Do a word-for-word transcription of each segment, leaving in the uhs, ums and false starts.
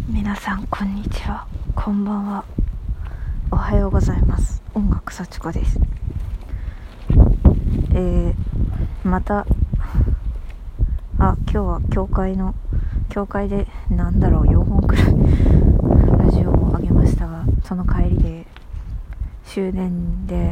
皆さんこんにちは、こんばんは、おはようございます。音楽幸子です。えー、またあ今日は教会の教会でなんだろうよんほんくらいラジオを上げましたが、その帰りで終電で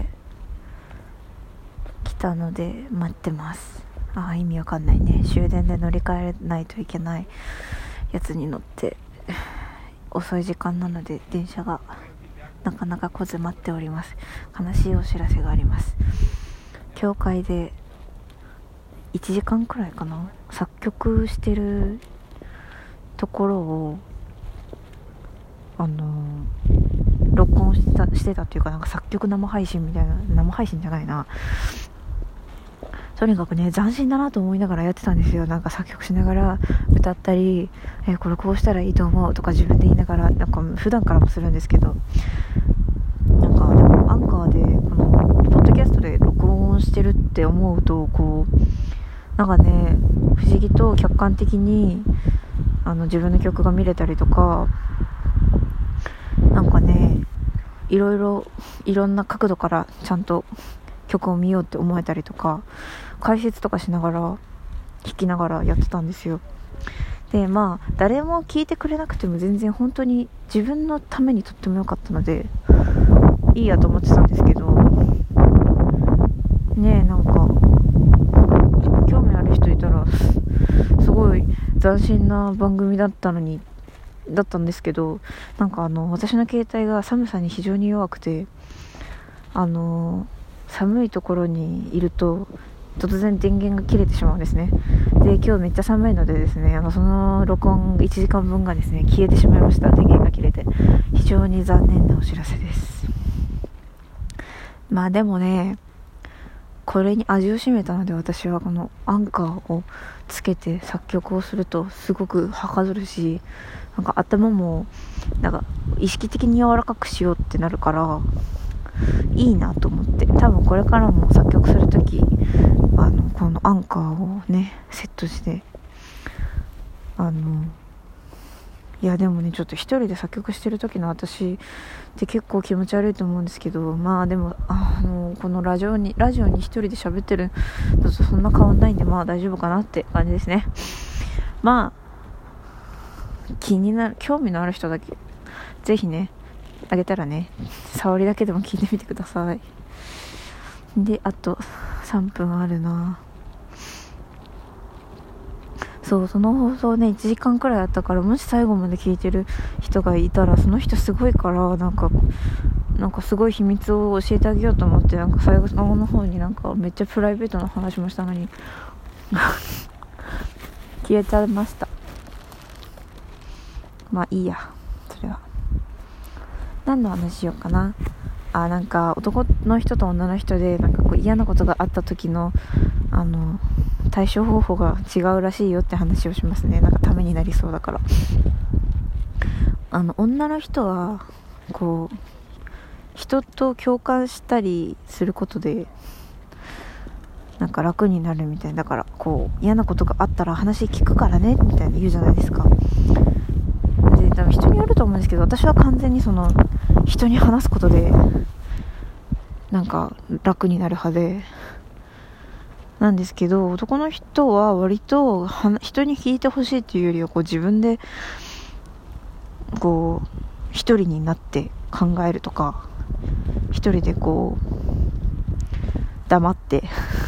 来たので待ってます。あ意味わかんないね。終電で乗り換えないといけないやつに乗って遅い時間なので電車がなかなか来ず待っております。悲しいお知らせがあります。教会でいちじかんくらいかな作曲してるところをあの録音してたしてたっていうか、なんか作曲生配信みたいな、生配信じゃないな、とにかくね斬新だなと思いながらやってたんですよ。なんか作曲しながら歌ったり、えー、これこうしたらいいと思うとか自分で言いながら、なんか普段からもするんですけど、なんかでもアンカーでこのポッドキャストで録音してるって思うと、こうなんかね不思議と客観的にあの自分の曲が見れたりとか、なんかねいろいろいろんな角度からちゃんと曲を見ようって思えたりとか、解説とかしながら弾きながらやってたんですよ。でまあ誰も聞いてくれなくても全然本当に自分のためにとっても良かったのでいいやと思ってたんですけどね。えなんか興味ある人いたらすごい斬新な番組だったのにだったんですけど、なんかあの私の携帯が寒さに非常に弱くて、あの寒いところにいると突然電源が切れてしまうんですね。で今日めっちゃ寒いのでですね、あのその録音いちじかんぶんがですね消えてしまいました。電源が切れて非常に残念なお知らせです。まあでもねこれに味を占めたので、私はこのアンカーをつけて作曲をするとすごくはかどるし、なんか頭もなんか意識的に柔らかくしようってなるからいいなと思って、多分これからも作曲するときあのこのアンカーをねセットして、あのいやでもねちょっと一人で作曲してる時の私って結構気持ち悪いと思うんですけど、まあでもあのこのラジオにラジオに一人で喋ってるのとそんな変わんないんで、まあ大丈夫かなって感じですね。まあ気になる興味のある人だけぜひねあげたらね触りだけでも聞いてみてください。であとさんぷんあるな。そうその放送ねいちじかんくらいあったから、もし最後まで聞いてる人がいたらその人すごいから、なんかなんかすごい秘密を教えてあげようと思って、なんか最後の方になんかめっちゃプライベートな話もしたのに消えちゃいました。まあいいや、それは何の話しようかな。あなんか男の人と女の人でなんかこう嫌なことがあった時のあの対処方法が違うらしいよって話をしますね。なんかためになりそうだから。あの女の人はこう人と共感したりすることでなんか楽になるみたいな。だからこう嫌なことがあったら話聞くからねみたいな言うじゃないですか。で多分人によると思うんですけど、私は完全にその人に話すことでなんか楽になる派でなんですけど、男の人は割と人に聞いてほしいっていうよりはこう自分でこう一人になって考えるとか、一人でこう黙って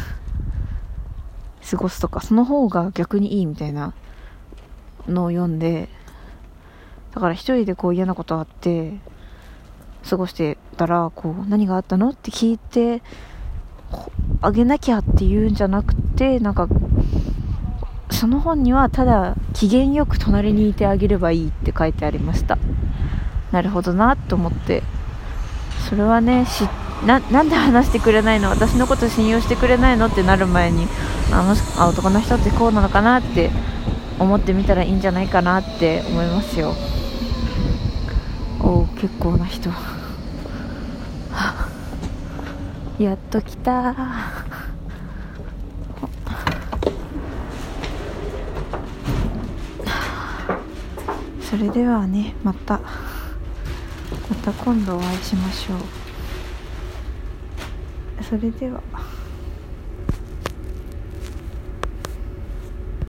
過ごすとか、その方が逆にいいみたいなのを読んで、だから一人でこう嫌なことあって過ごしてたらこう何があったのって聞いてあげなきゃっていうんじゃなくて、なんかその本にはただ機嫌よく隣にいてあげればいいって書いてありました。なるほどなと思って、それはねし な, なんで話してくれないの、私のこと信用してくれないのってなる前に、あのあ男の人ってこうなのかなって思ってみたらいいんじゃないかなって思いますよ。お結構な人やっと来た。 それではね、またまた今度お会いしましょう。それでは。